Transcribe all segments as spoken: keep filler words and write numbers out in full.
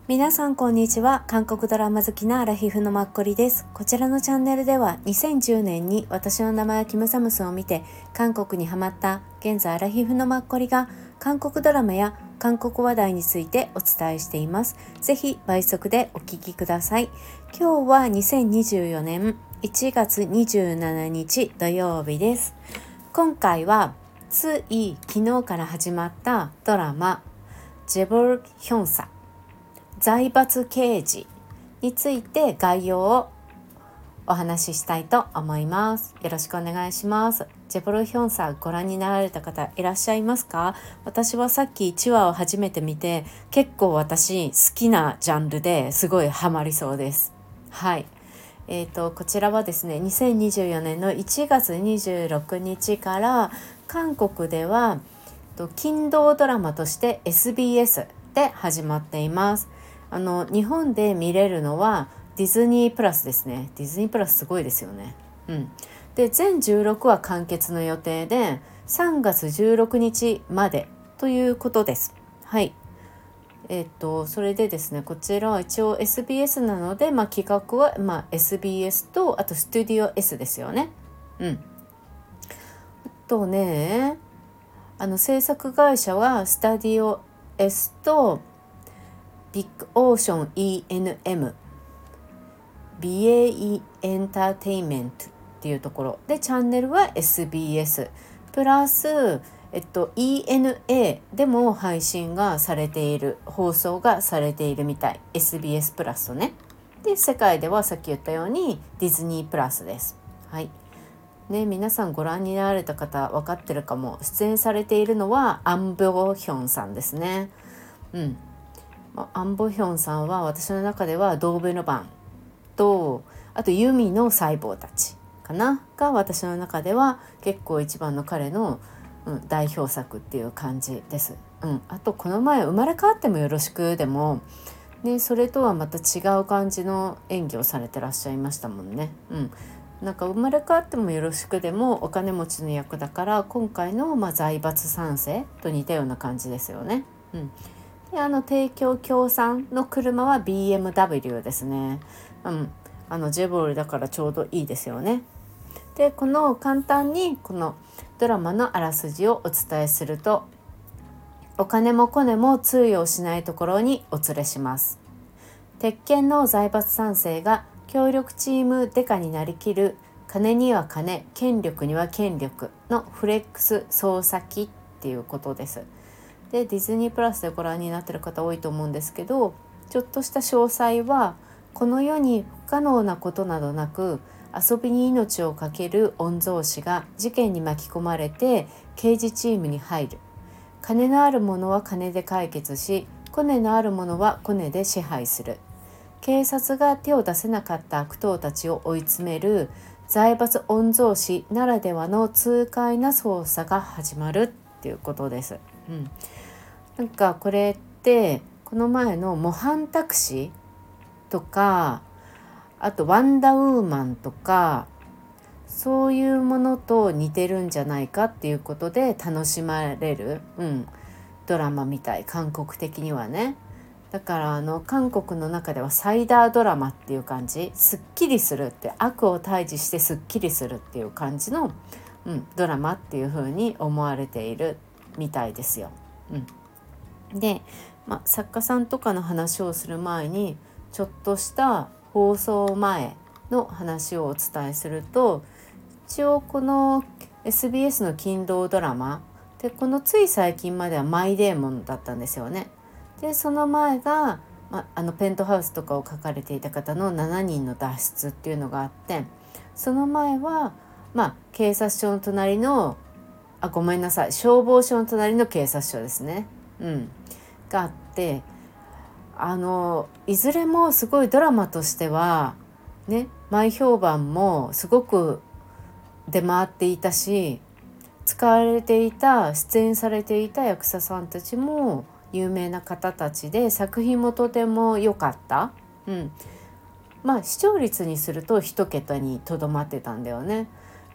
皆さんこんにちは。韓国ドラマ好きなアラヒフのマッコリです。こちらのチャンネルではにせんじゅうねんに私の名前はキムサムスを見て韓国にハマった現在アラヒフのマッコリが韓国ドラマや韓国話題についてお伝えしています。ぜひ倍速でお聞きください。今日はにせんにじゅうよねんいちがつにじゅうしちにち土曜日です。今回はつい昨日から始まったドラマジェボル・ヒョンサ財閥刑事について概要をお話ししたいと思います。よろしくお願いします。ジェボル・ヒョンサご覧になられた方いらっしゃいますか？私はさっきいちわを初めて見て結構私好きなジャンルですごいハマりそうです。はい。えーと、こちらはですねにせんにじゅうよねんのいちがつにじゅうろくにちから韓国では金土ドラマとして エスビーエス で始まっています。あの日本で見れるのはディズニープラスですね。ディズニープラスすごいですよね。うん。で全じゅうろくわ完結の予定でさんがつじゅうろくにちまでということです。はい。えっとそれでですねこちらは一応 エスビーエス なので、まあ、企画は、まあ、エスビーエス とあとスタジオ S ですよね。うん。あとねあの制作会社はスタジオ S とビッグオーション イーエヌエム ビーエー エンターテインメントっていうところでチャンネルは エスビーエス プラス、えっと、イーエヌエー でも配信がされている放送がされているみたい エスビーエス プラスとね。で世界ではさっき言ったようにディズニープラスです。はいね、皆さんご覧になられた方分かってるかも。出演されているのはアン・ボヒョンさんですね。うんアン・ボヒョンさんは私の中ではドーベルマンとあとユミの細胞たちかなが私の中では結構一番の彼の、うん、代表作っていう感じです。うん、あとこの前生まれ変わってもよろしくでも、ね、それとはまた違う感じの演技をされてらっしゃいましたもんね。うん、なんか生まれ変わってもよろしくでもお金持ちの役だから今回のまあ財閥三世と似たような感じですよね。うんであの提供協賛の車は ビーエムダブリュー ですね。うん、あのジェボルだからちょうどいいですよね。でこの簡単にこのドラマのあらすじをお伝えすると、お金もコネも通用しないところにお連れします。鉄拳の財閥三世が協力チームデカになりきる金には金、権力には権力のフレックス操作機っていうことです。でディズニープラスでご覧になっている方多いと思うんですけど、ちょっとした詳細はこの世に不可能なことなどなく遊びに命を懸ける御曹司が事件に巻き込まれて刑事チームに入る。金のある者は金で解決し、コネのある者はコネで支配する。警察が手を出せなかった悪党たちを追い詰める財閥御曹司ならではの痛快な捜査が始まるっていうことです。うん、なんかこれってこの前の模範タクシーとかあとワンダーウーマンとかそういうものと似てるんじゃないかっていうことで楽しまれる、うん、ドラマみたい。韓国的にはね。だからあの韓国の中ではサイダードラマっていう感じ、すっきりするって悪を退治してすっきりするっていう感じの、うん、ドラマっていう風に思われているみたいですよ。うん、で、まあ、作家さんとかの話をする前にちょっとした放送前の話をお伝えすると、一応この エスビーエス の金土ドラマでこのつい最近まではマイデーモンだったんですよね。でその前が、まあ、あのペントハウスとかを書かれていた方のしちにんの脱出っていうのがあって、その前は、まあ、警察署の隣のあごめんなさい消防署の隣の警察署ですね、うん、があって、あのいずれもすごいドラマとしてはね前評判もすごく出回っていたし、使われていた出演されていた役者さんたちも有名な方たちで作品もとても良かった。うん、まあ視聴率にすると一桁にとどまってたんだよね。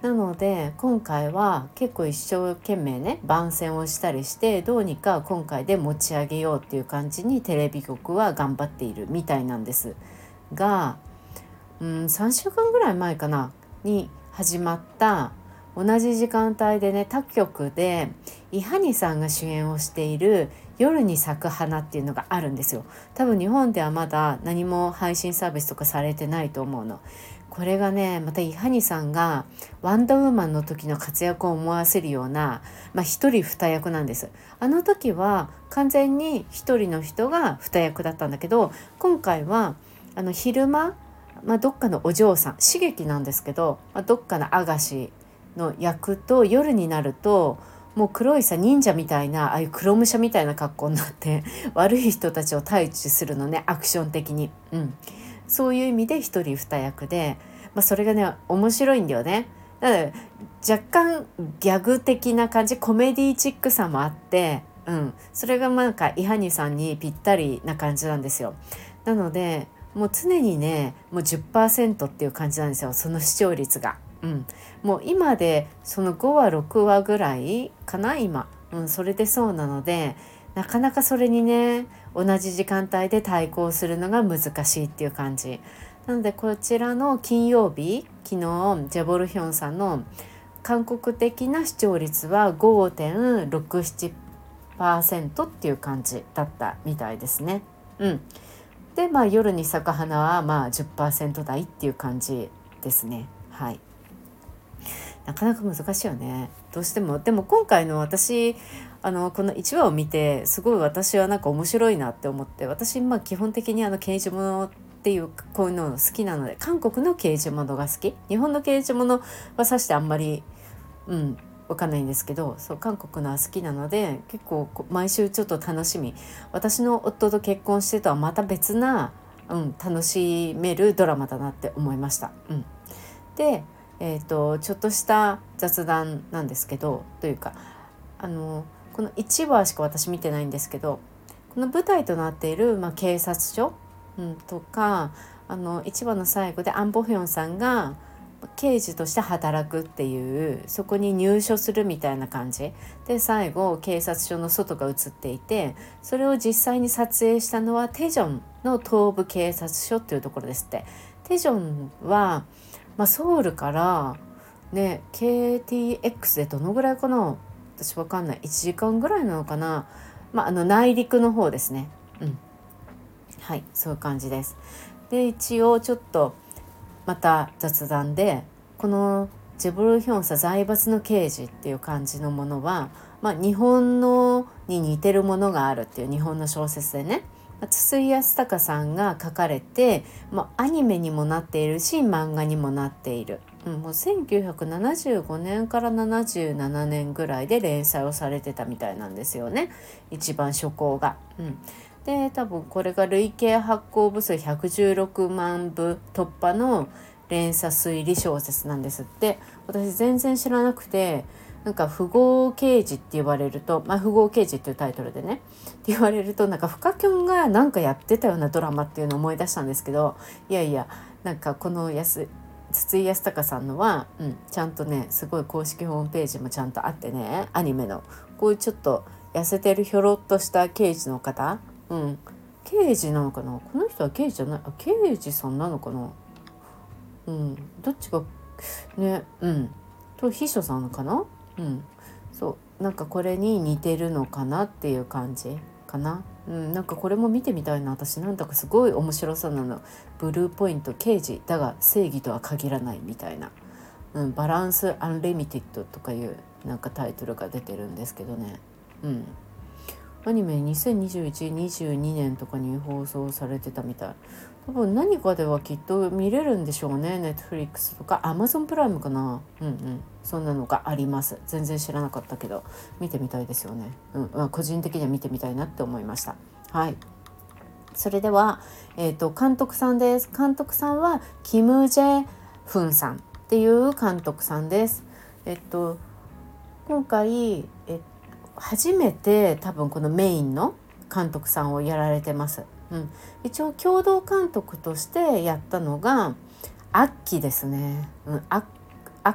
なので今回は結構一生懸命ね番宣をしたりしてどうにか今回で持ち上げようっていう感じにテレビ局は頑張っているみたいなんですが、うん、さんしゅうかんぐらい前かなに始まった同じ時間帯でね他局で伊波ニさんが主演をしている夜に咲く花っていうのがあるんですよ。多分日本ではまだ何も配信サービスとかされてないと思うの。これがねまた伊波ニさんがワンダーウーマンの時の活躍を思わせるような、まあ、一人二役なんです。あの時は完全に一人の人が二役だったんだけど、今回はあの昼間、まあ、どっかのお嬢さん刺激なんですけど、まあ、どっかのアガシの役と夜になるともう黒いさ忍者みたいなああいう黒武者みたいな格好になって悪い人たちを対峙するのね、アクション的に、うん、そういう意味で一人二役で、まあ、それがね面白いんだよね。だから若干ギャグ的な感じ、コメディチックさもあって、うん、それがなんか伊波ニさんにぴったりな感じなんですよ。なのでもう常にねもう じゅっパーセント っていう感じなんですよ、その視聴率が。うん、もう今でそのごわろくわぐらいかな今、うん、それでそうなのでなかなかそれにね同じ時間帯で対抗するのが難しいっていう感じなので、こちらの金曜日昨日ジェボルヒョンさんの韓国的な視聴率は ごてんろくななパーセント っていう感じだったみたいですね。うん、でまあ夜に咲く花はまあ じゅっパーセント 台っていう感じですね。はい、なかなか難しいよねどうしても。でも今回の私あのこのいちわを見てすごい私はなんか面白いなって思って、私まあ基本的にあの刑事物っていうこういうの好きなので、韓国の刑事物が好き、日本の刑事物はさしてあんまりうんわかんないんですけど、そう韓国のは好きなので結構毎週ちょっと楽しみ、私の夫と結婚してとはまた別な、うん、楽しめるドラマだなって思いました。うん、でえーと、ちょっとした雑談なんですけど、というかあのこのいちわしか私見てないんですけど、この舞台となっている、まあ、警察署、うん、とかあのいちわの最後でアン・ボヒョンさんが刑事として働くっていう、そこに入所するみたいな感じで最後警察署の外が映っていて、それを実際に撮影したのはテジョンの東部警察署っていうところですって。テジョンはまあ、ソウルからね ケーティーエックス でどのぐらいかな、私わかんない、いちじかんぐらいなのかな、まあ、あの内陸の方ですね。うん、はいそういう感じです。で一応ちょっとまた雑談で、このジェブルヒョンサ財閥の刑事っていう感じのものは、まあ、日本のに似てるものがあるっていう日本の小説でね、筒井康隆さんが書かれて、まあ、アニメにもなっているし漫画にもなっている、うん、もうせんきゅうひゃくななじゅうごねんからななじゅうななねんぐらいで連載をされてたみたいなんですよね、一番初稿が。うん、で多分これが累計発行部数ひゃくじゅうろくまんぶ突破の連鎖推理小説なんですって。私全然知らなくて、なんか富豪刑事って言われると、まあ、富豪刑事っていうタイトルでねって言われると、なんかフカキョンがなんかやってたようなドラマっていうのを思い出したんですけど、いやいやなんかこのやす筒井康隆さんのは、うん、ちゃんとねすごい公式ホームページもちゃんとあってね、アニメのこういうちょっと痩せてるひょろっとした刑事の方、うん、刑事なのかな、この人は刑事じゃない、あ刑事さんなのかな、うん、どっちがね、うんと秘書さんかな、うん、そうなんかこれに似てるのかなっていう感じかな、うん、なんかこれも見てみたいな、私なんだかすごい面白さなの。ブルーポイント刑事だが正義とは限らないみたいな、うん、バランスアンリミティッドとかいうなんかタイトルが出てるんですけどね、うん、アニメにせんにじゅういち、にじゅうにねんとかに放送されてたみたい。多分何かではきっと見れるんでしょうね。ネットフリックスとかアマゾンプライムかな、うんうん、そんなのがあります。全然知らなかったけど見てみたいですよね、うんまあ、個人的には見てみたいなって思いました。はい、それでは、えーと、監督さんです。監督さんはキム・ジェフンさんっていう監督さんです。えっと今回え初めて多分このメインの監督さんをやられてます。うん、一応共同監督としてやったのがアッキですね。うん、アッアッ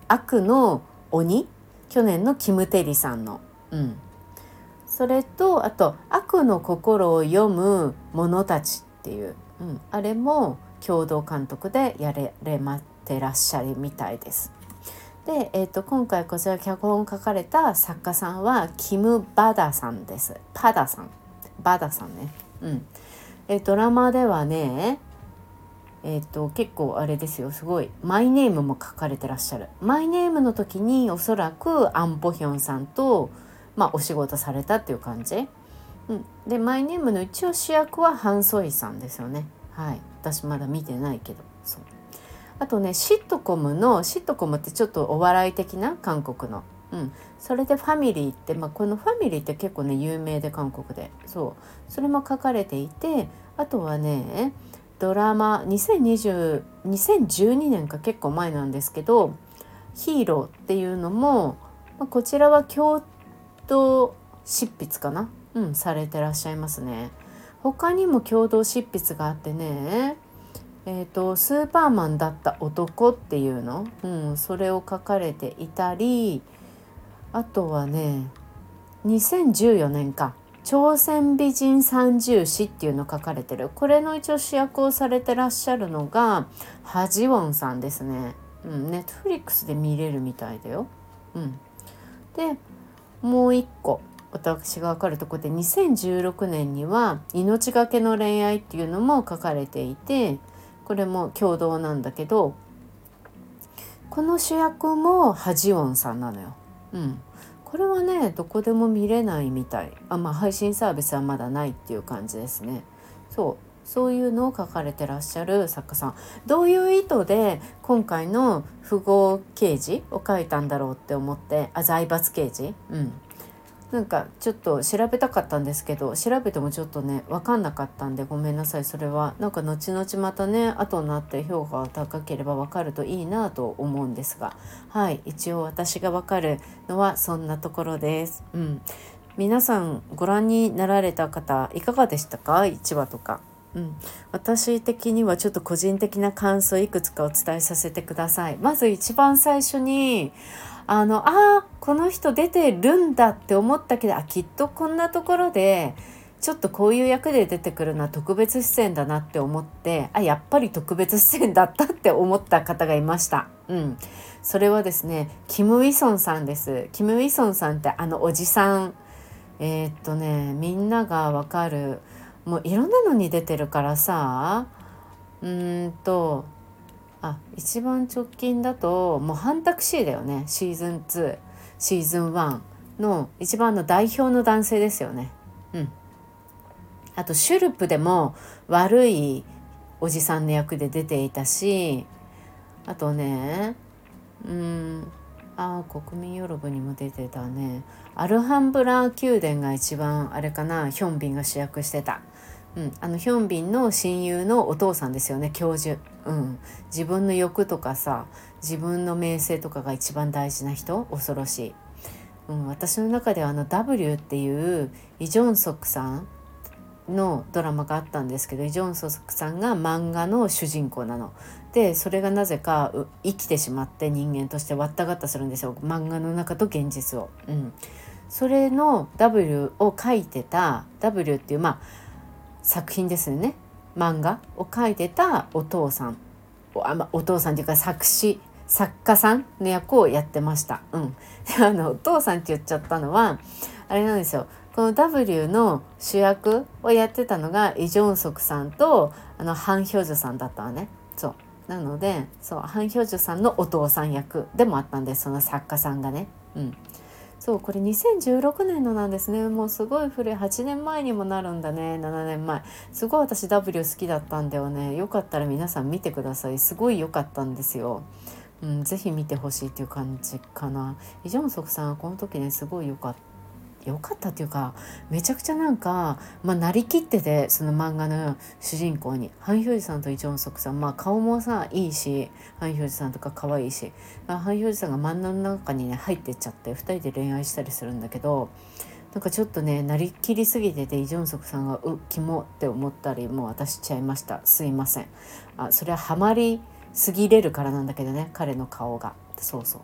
悪の鬼、去年のキム・テリさんの、うん、それとあと悪の心を読む者たちっていう、うん、あれも共同監督でやれれまってらっしゃるみたいです。で、えー、と今回こちら脚本を書かれた作家さんはキム・バダさんです。パダさんバダさんね、うんえー、ドラマではねえー、と結構あれですよ、すごいマイネームも書かれてらっしゃる。マイネームの時におそらくアン・ボヒョンさんと、まあ、お仕事されたっていう感じ、うん、でマイネームの一応主役はハン・ソイさんですよね。はい、私まだ見てないけど。そうあとねシットコムのシットコムってちょっとお笑い的な韓国の、うん、それでファミリーって、まあ、このファミリーって結構ね有名で韓国で、そうそれも書かれていて、あとはねドラマにせんにじゅう、にせんじゅうにねんか結構前なんですけど、ヒーローっていうのも、まあ、こちらは共同執筆かな、うん、されてらっしゃいますね。他にも共同執筆があってね、えーと、スーパーマンだった男っていうの、うん、それを書かれていたり、あとはねにせんじゅうよねんか朝鮮美人三重詩っていうの書かれてる。これの一応主役をされてらっしゃるのがハジウォンさんですね。うん、ネットフリックスで見れるみたいだよ。うん、でもう一個私が分かるところでにせんじゅうろくねんには命がけの恋愛っていうのも書かれていて、これも共同なんだけど、この主役もハジウォンさんなのよ。うん、これはねどこでも見れないみたい。あ、まあ、配信サービスはまだないっていう感じですね。そうそういうのを書かれてらっしゃる作家さん、どういう意図で今回の富豪刑事を書いたんだろうって思って、あ財閥刑事、うんなんかちょっと調べたかったんですけど、調べてもちょっとね分かんなかったんでごめんなさい。それはなんか後々またね後になって評価が高ければ分かるといいなと思うんですが、はい一応私が分かるのはそんなところです。うん、皆さんご覧になられた方いかがでしたか？いちわとか。うん、私的にはちょっと個人的な感想いくつかお伝えさせてください。まず一番最初にあのあこの人出てるんだって思ったけど、あきっとこんなところでちょっとこういう役で出てくるのは特別出演だなって思って、あやっぱり特別出演だったって思った方がいました。うん、それはですねキム・ウィソンさんです。キム・ウィソンさんってあのおじさん、えー、っとねみんながわかる、もういろんなのに出てるからさ、うーんとあ一番直近だともうハンタクシーだよね。シーズンツーシーズンワンの一番の代表の男性ですよね。うんあとシュルプでも悪いおじさんの役で出ていたし、あとねうんあ国民よろぶにも出てたね。アルハンブラ宮殿が一番あれかな、ヒョンビンが主役してた。うん、あのヒョンビンの親友のお父さんですよね、教授。うん、自分の欲とかさ自分の名声とかが一番大事な人、恐ろしい。うん、私の中ではあの ダブリュー っていうイ・ジョンソクさんのドラマがあったんですけど、イ・ジョンソクさんが漫画の主人公なので、それがなぜか生きてしまって人間として割ったがったするんですよ、漫画の中と現実を。うん、それの ダブリュー を書いてた ダブリュー っていうまあ作品ですよね、漫画を書いてたお父さん、お, あ、ま、お父さんというか作詞作家さんの役をやってました。うん、あのお父さんって言っちゃったのはあれなんですよ。この ダブリュー の主役をやってたのがイ・ジョンソクさんとあのハン・ヒョジュさんだったわね。そうなのでそうハン・ヒョジュさんのお父さん役でもあったんです、その作家さんがね。うんそうこれにせんじゅうろくねんのなんですね。もうすごい古い、はちねんまえにもなるんだね。ななねんまえ。すごい私 ダブリュー 好きだったんだよね。よかったら皆さん見てください。すごい良かったんですよ。うん、ぜひ見てほしいっていう感じかな。イ・ジョンソクさんはこの時ねすごい良かった良かったっていうかめちゃくちゃなんか、まあ、なりきってて、その漫画の主人公にハン・ヒョジさんとイ・ジョンソクさん、まあ顔もさいいし、ハン・ヒョジさんとか可愛いし、ハン・ヒョジさんが真ん中の中にね入ってっちゃってふたりで恋愛したりするんだけど、なんかちょっとねなりきりすぎててイ・ジョンソクさんがうキモって思ったりもう私しちゃいました。すいません。あそれはハマりすぎれるからなんだけどね、彼の顔が。そうそう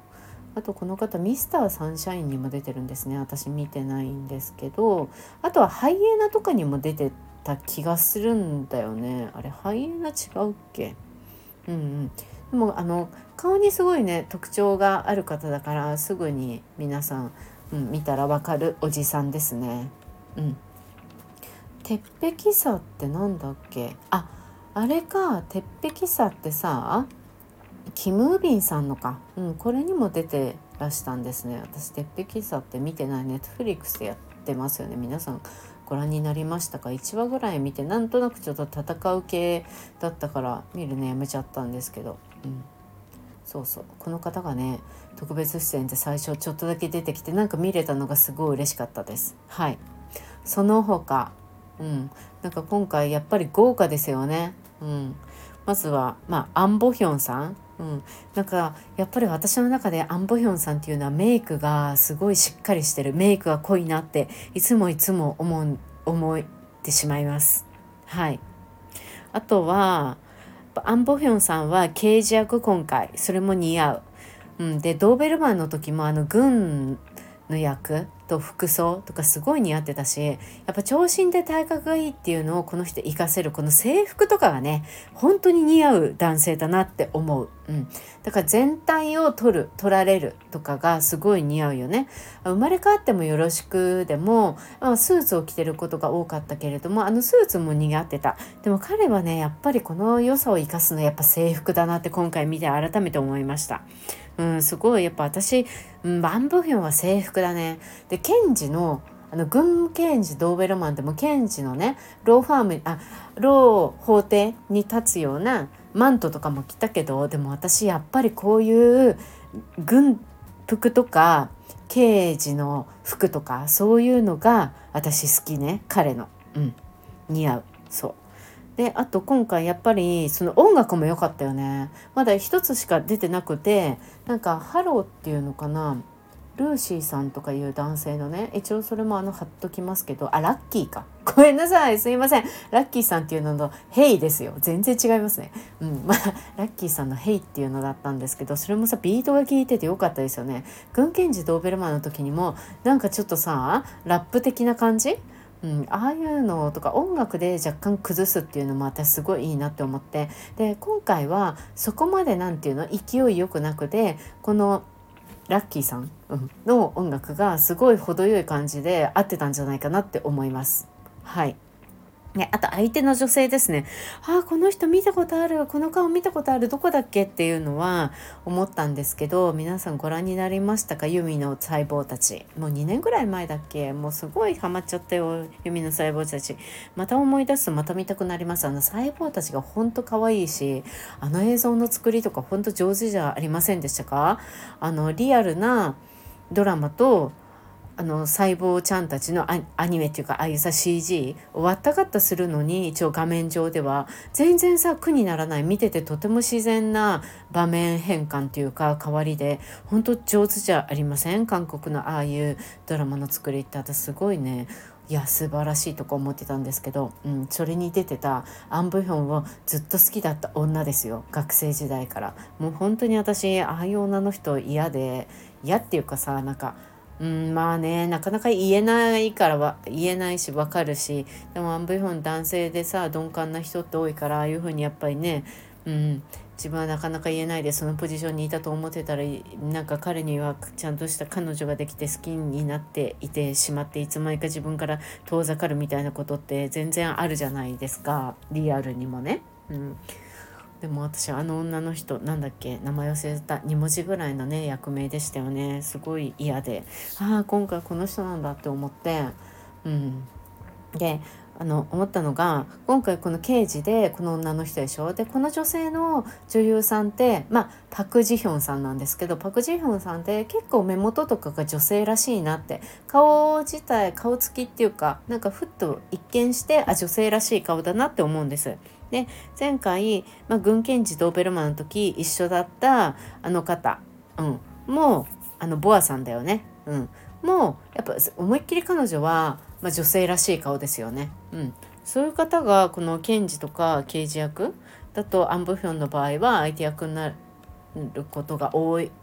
あとこの方ミスターサンシャインにも出てるんですね。私見てないんですけど、あとはハイエナとかにも出てた気がするんだよね。あれハイエナ違うっけ。うんうん、でもあの顔にすごいね特徴がある方だから、すぐに皆さん、うん、見たらわかるおじさんですね。うん。鉄壁さってなんだっけ。あ、あれか、鉄壁さってさ、キム・ウビンさんのか、うん、これにも出てらしたんですね。私鉄壁さって見てない。ネットフリックスでやってますよね。皆さんご覧になりましたか？いちわぐらい見て、なんとなくちょっと戦う系だったから見るのやめちゃったんですけど、うん、そうそう、この方がね特別出演で最初ちょっとだけ出てきて、なんか見れたのがすごい嬉しかったです。はい。その他、うん、なんか今回やっぱり豪華ですよね。うん、まずは、まあ、アン・ボヒョンさん、うん、なんかやっぱり私の中でアン・ボヒョンさんっていうのはメイクがすごいしっかりしてる、メイクが濃いなっていつもいつも思う思ってしまいます。はい。あとはアン・ボヒョンさんは刑事役、今回それも似合う。うん、でドーベルマンの時もあの軍の役と服装とかすごい似合ってたし、やっぱ長身で体格がいいっていうのをこの人活かせる、この制服とかがね本当に似合う男性だなって思う。うん、だから全体を取る取られるとかがすごい似合うよね。生まれ変わってもよろしくでも、まあ、スーツを着てることが多かったけれども、あのスーツも似合ってた。でも彼はねやっぱりこの良さを生かすのはやっぱ制服だなって今回見て改めて思いました。うん、すごいやっぱ私、うん、バンブヒョンは制服だね。で検事のあの軍検事ドーベルマンでも検事のねローファームあロー法廷に立つようなマントとかも着たけど、でも私やっぱりこういう軍服とか刑事の服とかそういうのが私好きね、彼の、うん、似合う。そうで、あと今回やっぱりその音楽も良かったよね。まだ一つしか出てなくて、なんかハローっていうのかな、ルーシーさんとかいう男性のね、一応それもあの貼っときますけど、あラッキーか、ごめんなさい、すいません、ラッキーさんっていうののヘイですよ、全然違いますね。うんまあラッキーさんのヘイっていうのだったんですけど、それもさビートが効いてて良かったですよね。軍検事ドーベルマンの時にもなんかちょっとさラップ的な感じ、うん、ああいうのとか音楽で若干崩すっていうのも私すごいいいなって思って、で今回はそこまでなんていうの勢いよくなくて、このラッキーさんの音楽がすごい程よい感じで合ってたんじゃないかなって思います。はい。ね、あと相手の女性ですね。ああこの人見たことある、この顔見たことある、どこだっけっていうのは思ったんですけど、皆さんご覧になりましたか？ユミの細胞たち、もうにねんぐらい前だっけ、もうすごいハマっちゃったよ、ユミの細胞たち。また思い出すとまた見たくなります。あの細胞たちがほんと可愛いし、あの映像の作りとかほんと上手じゃありませんでしたか？あのリアルなドラマとあの細胞ちゃんたちのアニメっていうか、ああいうさ シージー をわったかったするのに、一応画面上では全然さ苦にならない、見ててとても自然な場面変換っていうか変わりで本当上手じゃありません？韓国のああいうドラマの作りって私すごいね、いや素晴らしいとか思ってたんですけど、うん、それに出てたアン・ブヒョンをずっと好きだった女ですよ、学生時代から。もう本当に私ああいう女の人嫌で、嫌っていうかさ、なんかうん、まあねなかなか言えないからは言えないし分かるし、でもアン・ブヒョン男性でさ鈍感な人って多いから、ああいう風にやっぱりね、うん、自分はなかなか言えないでそのポジションにいたと思ってたら、なんか彼にはちゃんとした彼女ができて好きになっていてしまって、いつまにか自分から遠ざかるみたいなことって全然あるじゃないですか、リアルにもね。うんでも私あの女の人なんだっけ、名前忘れた、に文字ぐらいのね役名でしたよね。すごい嫌で、ああ今回この人なんだって思って、うんであの思ったのが、今回この刑事でこの女の人でしょ。でこの女性の女優さんってまあパク・ジヒョンさんなんですけど、パク・ジヒョンさんって結構目元とかが女性らしいなって、顔自体顔つきっていうか、なんかふっと一見してあ女性らしい顔だなって思うんです。で前回、まあ、軍検事ドーベルマンの時一緒だったあの方、うん、もうあのボアさんだよね、うん、もうやっぱ思いっきり彼女は、まあ、女性らしい顔ですよね、うん、そういう方がこの検事とか刑事役だと、アン・ブヒョンの場合は相手役になることが多い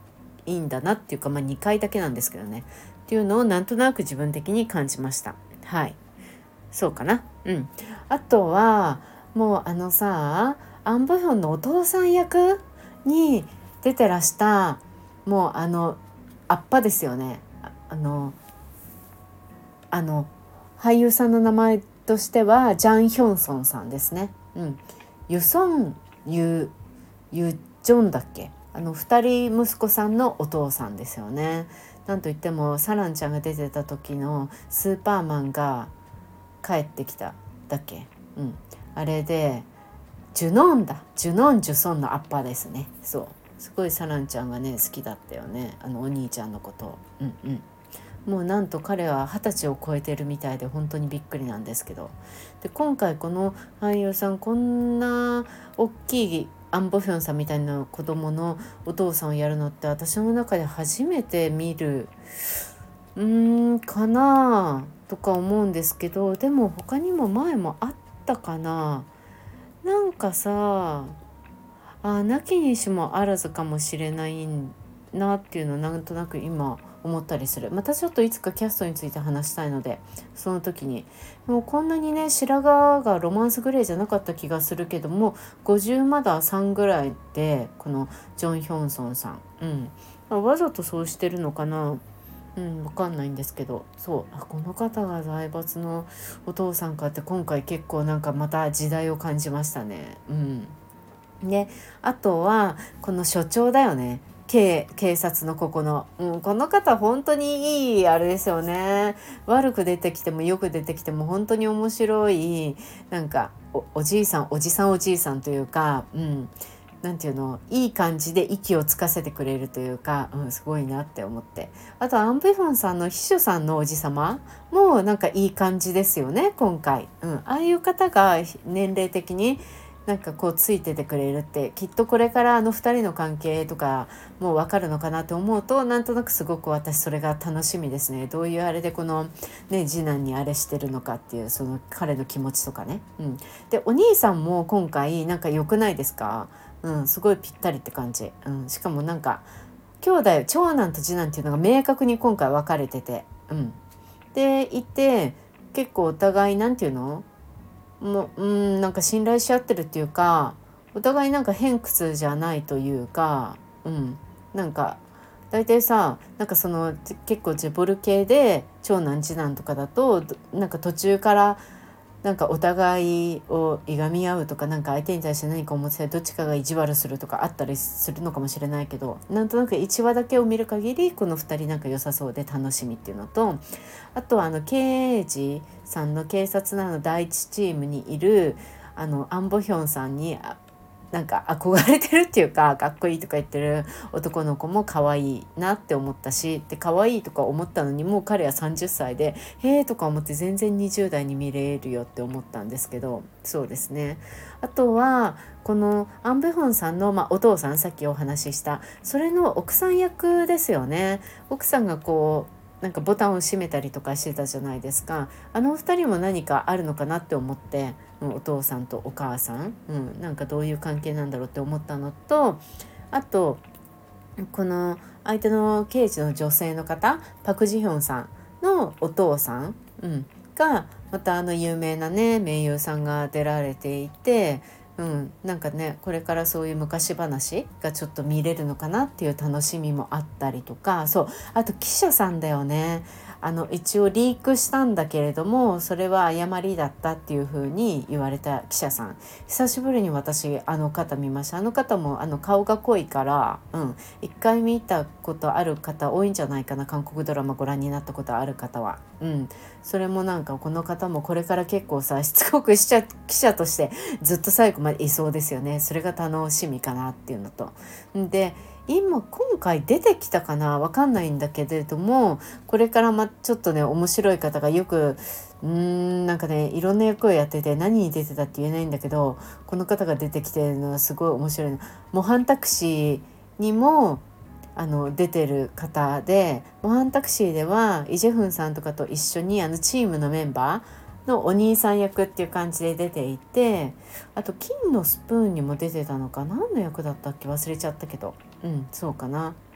いいんだなっていうか、まあ、にかいだけなんですけどねっていうのをなんとなく自分的に感じました。はい、そうかな。うん。あとはもうあのさアン・ボヒョンのお父さん役に出てらしたもうあのアッパですよね。ああのあの俳優さんの名前としてはジャン・ヒョンソンさんですね。うん、ユソンユユジョンだっけ、あのふたり息子さんのお父さんですよね。なんといってもサランちゃんが出てた時のスーパーマンが帰ってきただっけ、うん、あれでジュノンだジュノンジュソンのアッパーですね。そうすごいサランちゃんがね好きだったよね、あのお兄ちゃんのことを。うんうんもうなんと彼は二十歳を超えてるみたいで本当にびっくりなんですけど、で今回この俳優さんこんな大きいアン・ボヒョンさんみたいな子供のお父さんをやるのって私の中で初めて見るうーんかなとか思うんですけど、でも他にも前もあったかな。なんかさあなきにしもあらずかもしれないなっていうのをなんとなく今思ったりする。またちょっといつかキャストについて話したいのでその時に。もうこんなにね白髪がロマンスグレーじゃなかった気がするけどもごじゅうまださんぐらいでこのジョン・ヒョンソンさん、うん、わざとそうしてるのかな、うん、わかんないんですけど、そうあこの方が財閥のお父さんかって今回結構なんかまた時代を感じましたね。うんであとはこの所長だよね、警, 警察のここの、うん、この方本当にいいあれですよね。悪く出てきてもよく出てきても本当に面白いなんか お, おじいさんおじさんおじいさんというか、うん、なんていうのいい感じで息をつかせてくれるというか、うん、すごいなって思って、あとアン・ベフォンさんの秘書さんのおじさまもなんかいい感じですよね今回、うん、ああいう方が年齢的になんかこうついててくれるってきっとこれからあのふたりの関係とかもう分かるのかなと思うとなんとなくすごく私それが楽しみですね。どういうあれでこの、ね、次男にあれしてるのかっていうその彼の気持ちとかね、うん、でお兄さんも今回なんか良くないですか、うん、すごいぴったりって感じ、うん、しかもなんか兄弟長男と次男っていうのが明確に今回分かれてて、うん、でいて結構お互いなんていうのもううんなんか信頼し合ってるっていうかお互いなんか偏屈じゃないというか、うん、なんか大体さなんかその結構ジェボル系で長男次男とかだとなんか途中からなんかお互いをいがみ合うとかなんか相手に対して何か思ってたりどっちかが意地悪するとかあったりするのかもしれないけど、なんとなくいちわだけを見る限りこのふたりなんか良さそうで楽しみっていうのと、あとはあの刑事さんの警察なの第一チームにいるあのアン・ボヒョンさんになんか憧れてるっていうかかっこいいとか言ってる男の子も可愛いなって思ったし、で可愛いとか思ったのにもう彼はさんじゅっさいでへーとか思って全然にじゅう代に見れるよって思ったんですけど、そうですね。あとはこのアン・ベホンさんの、まあ、お父さんさっきお話ししたそれの奥さん役ですよね。奥さんがこうなんかボタンを閉めたりとかしてたじゃないですか。あの二人も何かあるのかなって思って、お父さんとお母さん、うん、なんかどういう関係なんだろうって思ったのと、あとこの相手の刑事の女性の方パク・ジヒョンさんのお父さん、うん、がまたあの有名なね名優さんが出られていて、うん、なんかねこれからそういう昔話がちょっと見れるのかなっていう楽しみもあったりとか、そうあと記者さんだよね。あの一応リークしたんだけれどもそれは誤りだったっていう風に言われた記者さん、久しぶりに私あの方見ました。あの方もあの顔が濃いから、うん、一回見たことある方多いんじゃないかな、韓国ドラマご覧になったことある方は、うん、それもなんかこの方もこれから結構さしつこくしちゃ記者としてずっと最後までいそうですよね。それが楽しみかなっていうのと、で今今回出てきたかなわかんないんだけれども、これからまちょっとね面白い方がよくうーんなんかねいろんな役をやってて何に出てたって言えないんだけど、この方が出てきてるのはすごい面白いの。模範タクシーにもあの出てる方で、模範タクシーではイ・ジェフンさんとかと一緒にあのチームのメンバーのお兄さん役っていう感じで出ていて、あと金のスプーンにも出てたのか何の役だったっけ忘れちゃったけど、うんそうかな。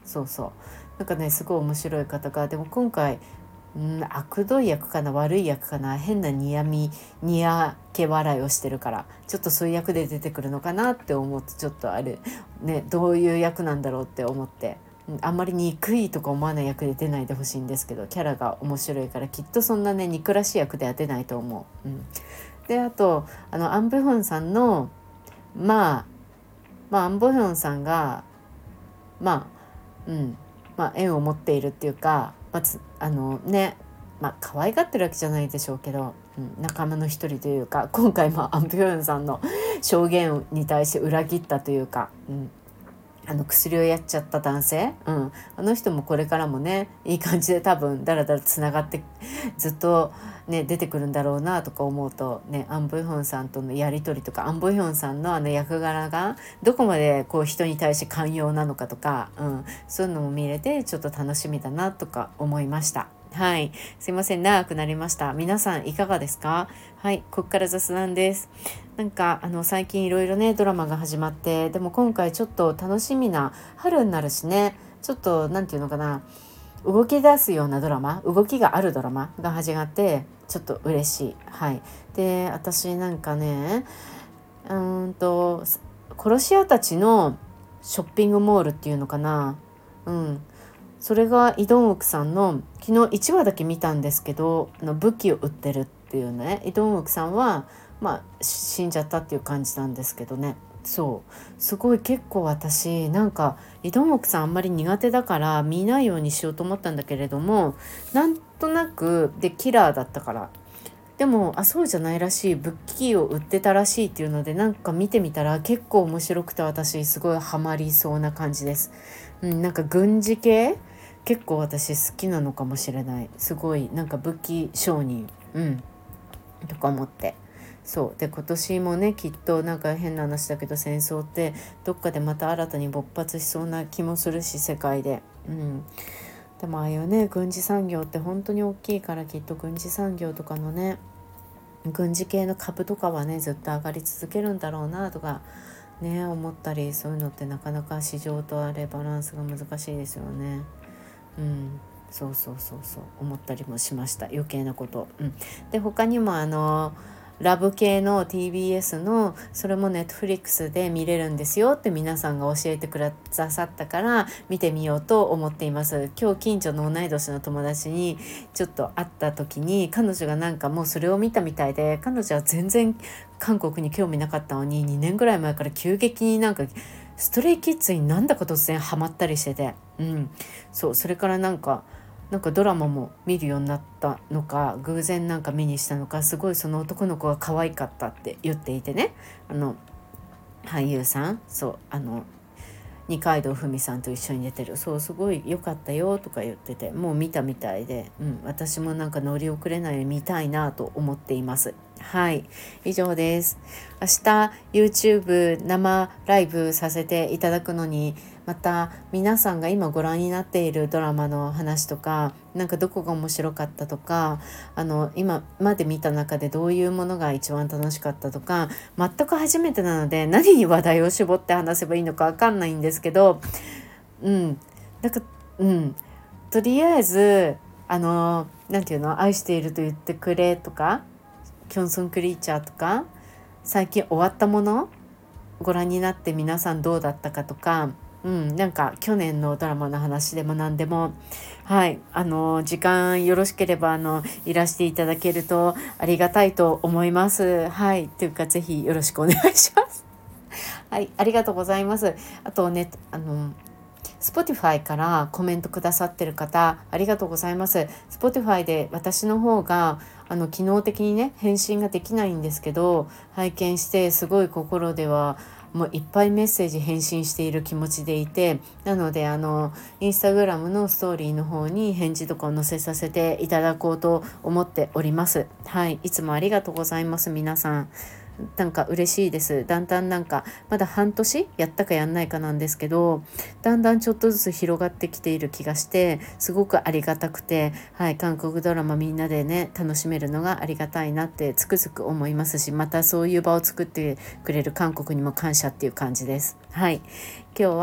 そうそう、なんかねすごい面白い方が、でも今回うん、悪どい役かな悪い役かな、変なにやみにやけ笑いをしてるから、ちょっとそういう役で出てくるのかなって思って、ちょっとあれね、どういう役なんだろうって思って、うん、あんまり憎いとか思わない役で出ないでほしいんですけど、キャラが面白いからきっとそんなね憎らしい役では出ないと思う、うん、であとあのアン・ブヒョンさんのまあまあアン・ブヒョンさんがまあうんまあ縁を持っているっていうか、まずあのねまあ可愛がってるわけじゃないでしょうけど、うん、仲間の一人というか、今回もアン・ビョンさんの証言に対して裏切ったというか、うん、あの薬をやっちゃった男性、うん、あの人もこれからもねいい感じで多分だらだらつながってずっと、ね、出てくるんだろうなとか思うと、ね、アン・ブヒョンさんとのやり取りとか、アン・ブヒョンさんのあの役柄がどこまでこう人に対して寛容なのかとか、うん、そういうのも見れてちょっと楽しみだなとか思いました。はい、すいません長くなりました。皆さんいかがですか？はい、ここから雑談です。なんかあの最近いろいろねドラマが始まって、でも今回ちょっと楽しみな、春になるしね、ちょっとなんていうのかな、動き出すようなドラマ、動きがあるドラマが始まってちょっと嬉しい。はい、で私なんかねうーんと殺し屋たちのショッピングモールっていうのかな、うんそれがイ・ドンウクさんの、昨日いちわだけ見たんですけど、あの武器を売ってるっていうね、イ・ドンウクさんはまあ死んじゃったっていう感じなんですけどね、そうすごい結構私なんかイ・ドンウクさんあんまり苦手だから見ないようにしようと思ったんだけれども、なんとなくでキラーだったから、でもあそうじゃないらしい、武器を売ってたらしいっていうので、なんか見てみたら結構面白くて、私すごいハマりそうな感じです、うん、なんか軍事系結構私好きなのかもしれない。すごいなんか武器商人、うんとか思って、そうで今年もねきっとなんか変な話だけど戦争ってどっかでまた新たに勃発しそうな気もするし、世界で、うん、でもああいうね軍事産業って本当に大きいから、きっと軍事産業とかのね軍事系の株とかはねずっと上がり続けるんだろうなとかね思ったり、そういうのってなかなか市場とあれバランスが難しいですよね。うん、そうそうそうそう思ったりもしました、余計なこと、うん、で他にもあのラブ系の ティービーエス のそれもネットフリックスで見れるんですよって皆さんが教えてくださったから見てみようと思っています。今日近所の同い年の友達にちょっと会った時に、彼女がなんかもうそれを見たみたいで、彼女は全然韓国に興味なかったのににねんぐらい前から急激になんかストレイキッズになんだか突然ハマったりしてて、うん、そうそれからなんかなんかドラマも見るようになったのか、偶然なんか目にしたのか、すごいその男の子が可愛かったって言っていてね、あの俳優さん、そうあの二階堂ふみさんと一緒に出てる、そうすごい良かったよとか言ってて、もう見たみたいで、うん、私もなんか乗り遅れないように見たいなと思っています。はい、以上です。明日 YouTube 生ライブさせていただくのに、また皆さんが今ご覧になっているドラマの話とか、なんかどこが面白かったとか、あの今まで見た中でどういうものが一番楽しかったとか、全く初めてなので何に話題を絞って話せばいいのか分かんないんですけど、うんなんかうんとりあえずあのなんていうの、愛していると言ってくれとか、キョンソンクリーチャーとか、最近終わったものご覧になって皆さんどうだったかとか、うん、なんか去年のドラマの話でも何でも、はい、あの時間よろしければあのいらしていただけるとありがたいと思います。はい、というかぜひよろしくお願いします。はい、ありがとうございます。あとね、あのSpotify からコメントくださってる方ありがとうございます。Spotify で私の方があの機能的にね返信ができないんですけど、拝見してすごい心ではもういっぱいメッセージ返信している気持ちでいて、なのであのインスタグラムのストーリーの方に返事とかを載せさせていただこうと思っております。はい、いつもありがとうございます皆さん。なんか嬉しいです。だんだんなんかまだ半年やったかやんないかなんですけど、だんだんちょっとずつ広がってきている気がして、すごくありがたくて、はい、韓国ドラマみんなでね楽しめるのがありがたいなってつくづく思いますし、またそういう場を作ってくれる韓国にも感謝っていう感じです。はい、今日は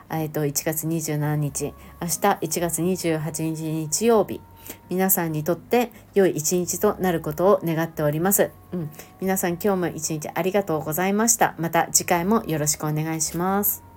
えっと、いちがつにじゅうしちにち、明日いちがつにじゅうはちにち日曜日、皆さんにとって良い一日となることを願っております。うん、皆さん今日も一日ありがとうございました。また次回もよろしくお願いします。